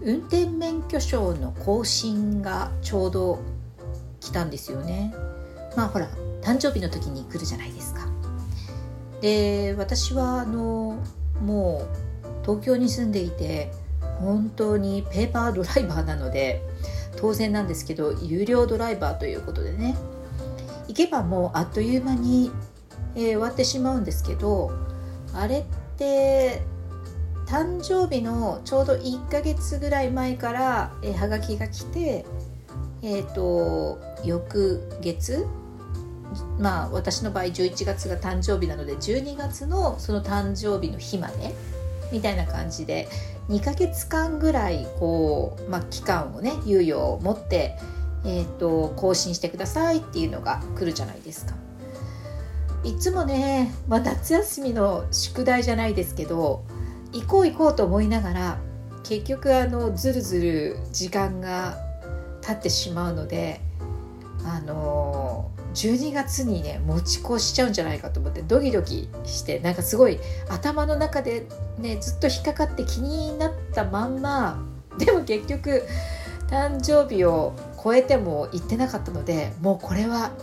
運転免許証の更新がちょうど来たんですよね。ほら誕生日の時に来るじゃないですか。で、私はもう東京に住んでいて本当にペーパードライバーなので、当然なんですけど有料ドライバーということでね、行けばもうあっという間に、終わってしまうんですけど、あれって誕生日のちょうど1ヶ月ぐらい前から、はがきが来て、翌月、私の場合11月が誕生日なので12月のその誕生日の日までみたいな感じで2ヶ月間ぐらい期間をね、猶予を持って、更新してくださいっていうのが来るじゃないですか。いつもね、夏休みの宿題じゃないですけど、行こうと思いながら結局ずるずる時間が経ってしまうので、12月にね持ち越しちゃうんじゃないかと思ってドキドキして、すごい頭の中でねずっと引っかかって気になったまんま、でも結局誕生日を超えても行ってなかったので、もうこれは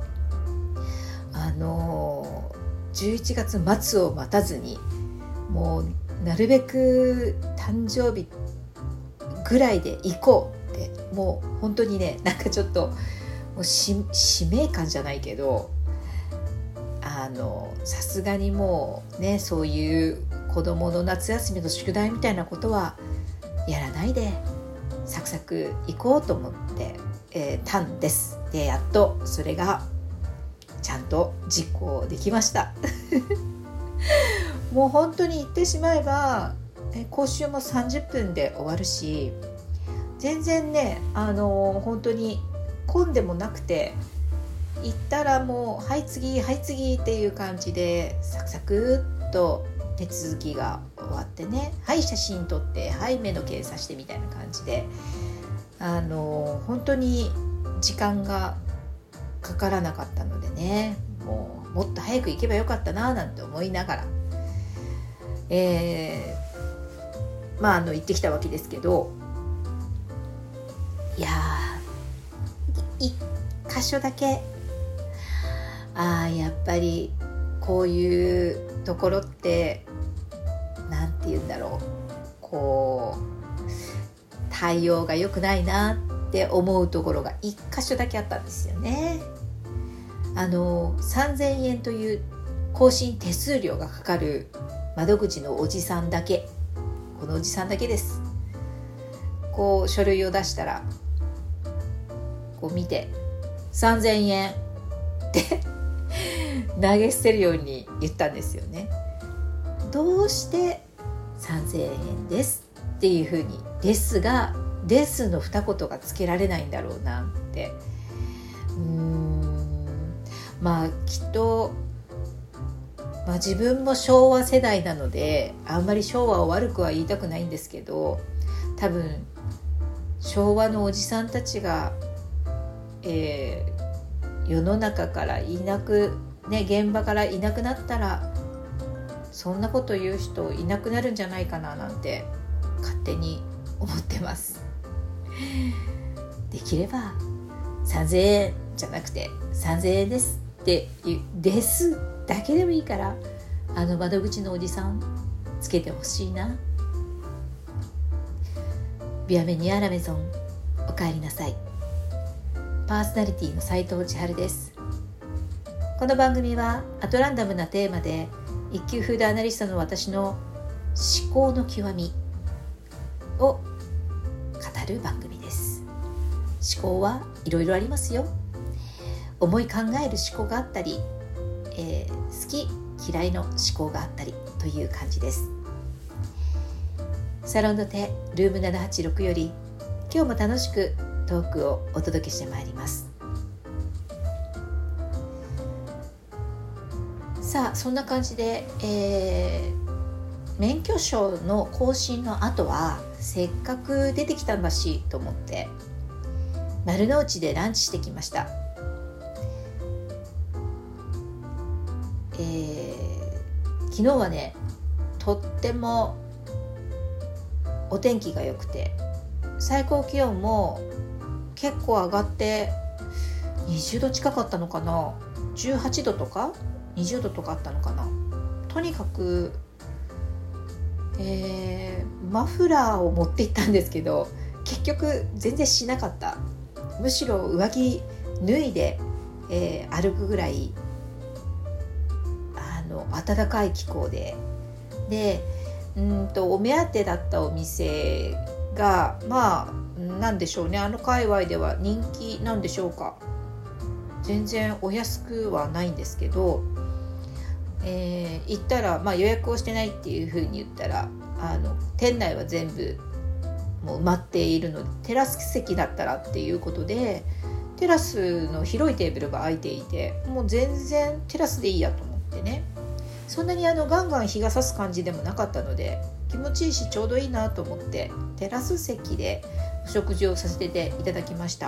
11月末を待たずに、もうなるべく誕生日ぐらいで行こうって、もう本当にね、ちょっともう使命感じゃないけど、さすがにもうね、そういう子供の夏休みの宿題みたいなことはやらないでサクサク行こうと思って、たんです。で、やっとそれがちゃんと実行できましたもう本当に言ってしまえば、講習も30分で終わるし、全然ね、本当に混んでもなくて、行ったらもうはい次っていう感じでサクサクっと手続きが終わってね、はい写真撮って、はい目の検査してみたいな感じで、本当に時間がかからなかったのでね、もっと早く行けばよかったななんて思いながら、行ってきたわけですけど、いや一箇所だけやっぱりこういうところってなんて言うんだろう、対応が良くないなって思うところが一箇所だけあったんですよね。3000円という更新手数料がかかる窓口のおじさんだけ、このおじさんだけです。書類を出したら見て3000円って投げ捨てるように言ったんですよね。どうして3000円ですっていうふうに、ですの二言がつけられないんだろうなって、きっと、自分も昭和世代なのであんまり昭和を悪くは言いたくないんですけど、多分昭和のおじさんたちが、世の中から現場からいなくなったら、そんなこと言う人いなくなるんじゃないかななんて勝手に思ってます。できれば3000円じゃなくて3000円ですってですだけでもいいから、窓口のおじさんつけてほしいな。ビアメニアラメゾン、お帰りなさい。パーソナリティの斉藤千春です。この番組はアトランダムなテーマで一級フードアナリストの私の思考の極みを語る番組です。思考はいろいろありますよ。思い考える思考があったり、好き嫌いの思考があったりという感じです。サロンドテルーム786より今日も楽しくトークをお届けしてまいります。さあ、そんな感じで、免許証の更新の後はせっかく出てきたんだしと思って丸の内でランチしてきました。昨日はね、とってもお天気が良くて最高気温も結構上がって20度近かったのかな、18度とか20度とかあったのかな。とにかく、マフラーを持って行ったんですけど、結局全然しなかった。むしろ上着脱いで、歩くぐらい暖かい気候で、お目当てだったお店がなんでしょうね、界隈では人気なんでしょうか。全然お安くはないんですけど、行ったら、予約をしてないっていう風に言ったら、店内は全部もう埋まっているので、テラス席だったらっていうことで、テラスの広いテーブルが空いていて、もう全然テラスでいいやと思ってね、そんなにガンガン日が差す感じでもなかったので、気持ちいいしちょうどいいなと思ってテラス席でお食事をさせていただきました。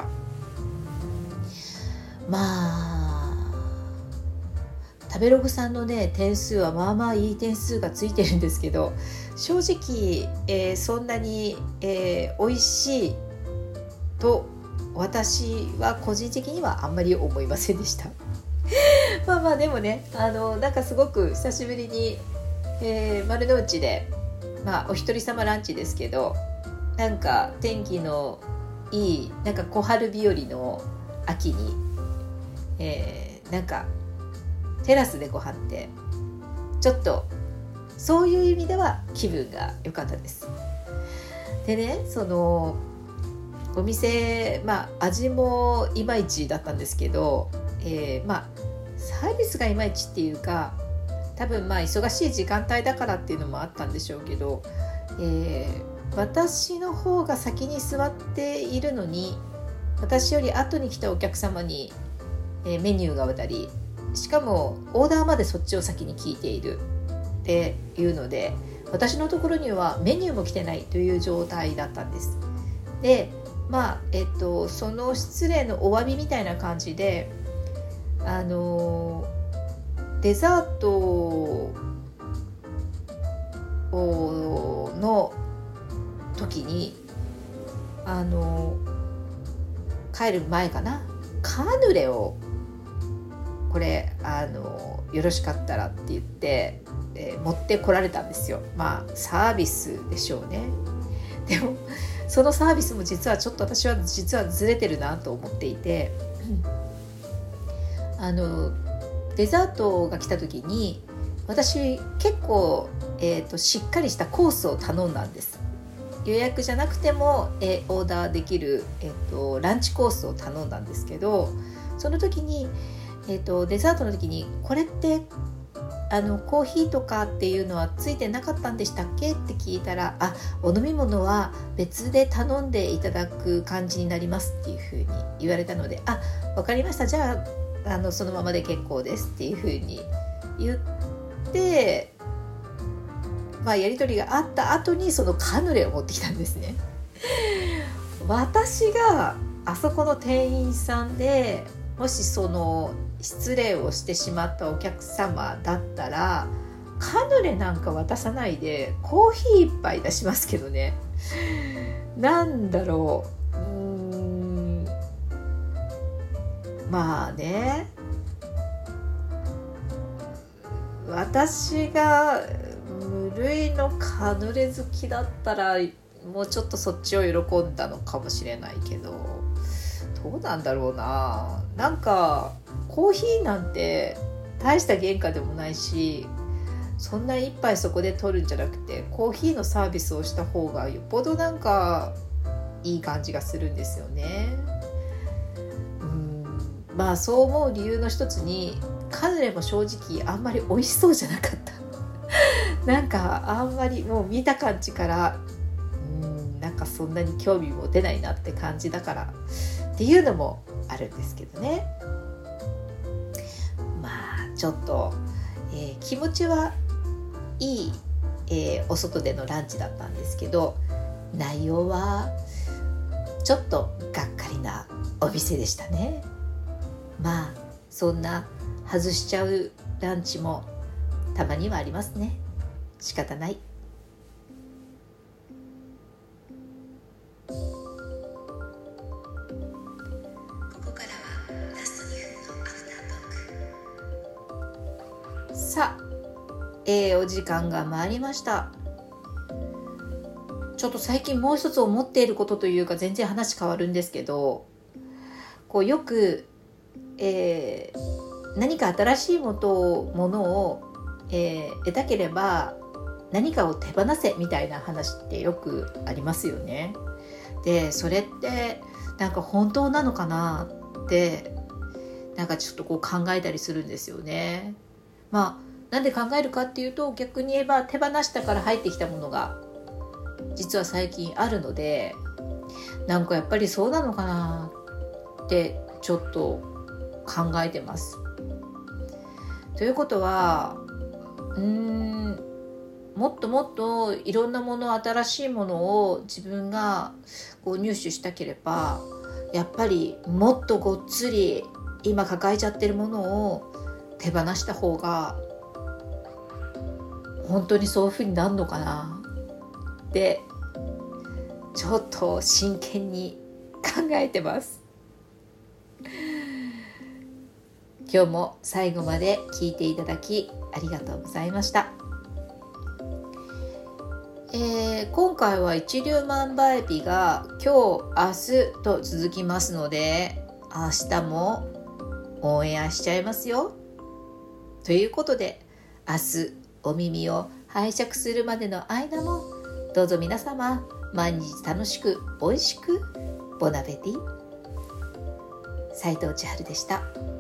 食べログさんのね点数はいい点数がついてるんですけど、正直、そんなに、美味しいと私は個人的にはあんまり思いませんでしたでもね、なんかすごく久しぶりに、丸の内で、お一人様ランチですけど、なんか天気のいいなんか小春日和の秋に、なんかテラスでご飯ってちょっとそういう意味では気分が良かったです。でね、そのお店、味もいまいちだったんですけど、サービスがいまいちっていうか、多分忙しい時間帯だからっていうのもあったんでしょうけど、私の方が先に座っているのに、私より後に来たお客様に、メニューが渡り、しかもオーダーまでそっちを先に聞いているっていうので、私のところにはメニューも来てないという状態だったんです。で、その失礼のお詫びみたいな感じで、デザートの時に帰る前かな、カヌレをこれよろしかったらって言って、持ってこられたんですよ。サービスでしょうね。でもそのサービスも実はちょっと私は実はずれてるなと思っていて、デザートが来た時に私結構、しっかりしたコースを頼んだんです。予約じゃなくても、オーダーできる、ランチコースを頼んだんですけど、その時に、デザートの時にこれってコーヒーとかっていうのはついてなかったんでしたっけって聞いたら、お飲み物は別で頼んでいただく感じになりますっていうふうに言われたので、わかりました、じゃあ、そのままで結構ですっていうふうに言って、やり取りがあった後にそのカヌレを持ってきたんですね。私があそこの店員さんで、もしその失礼をしてしまったお客様だったら、カヌレなんか渡さないでコーヒー一杯出しますけどね。なんだろう、私が無類のカヌレ好きだったらもうちょっとそっちを喜んだのかもしれないけど、どうなんだろうな。なんかコーヒーなんて大した原価でもないし、そんな一杯そこで取るんじゃなくて、コーヒーのサービスをした方がよっぽどなんかいい感じがするんですよね。そう思う理由の一つに、カヌレも正直あんまり美味しそうじゃなかったなんかあんまりもう見た感じから、なんかそんなに興味持てないなって感じだからっていうのもあるんですけどね。ちょっと、気持ちはいい、お外でのランチだったんですけど、内容はちょっとがっかりなお店でしたね。そんな外しちゃうランチもたまにはありますね。仕方ない。 さあ、お時間が回りました。ちょっと最近もう一つ思っていることというか、全然話変わるんですけど、よく、何か新しいものを、得たければ何かを手放せみたいな話ってよくありますよね。で、それってなんか本当なのかなってなんかちょっと考えたりするんですよね。なんで考えるかっていうと、逆に言えば手放したから入ってきたものが実は最近あるので、なんかやっぱりそうなのかなってちょっと考えてます。ということはもっともっといろんなもの、新しいものを自分が入手したければ、やっぱりもっとごっつり今抱えちゃってるものを手放した方が本当にそういうふうになるのかなってちょっと真剣に考えてます。今日も最後まで聞いていただきありがとうございました。今回は一粒万倍日が今日明日と続きますので、明日もオンエアしちゃいますよ。ということで、明日お耳を拝借するまでの間もどうぞ皆様毎日楽しく美味しくボナペティ。斉藤千春でした。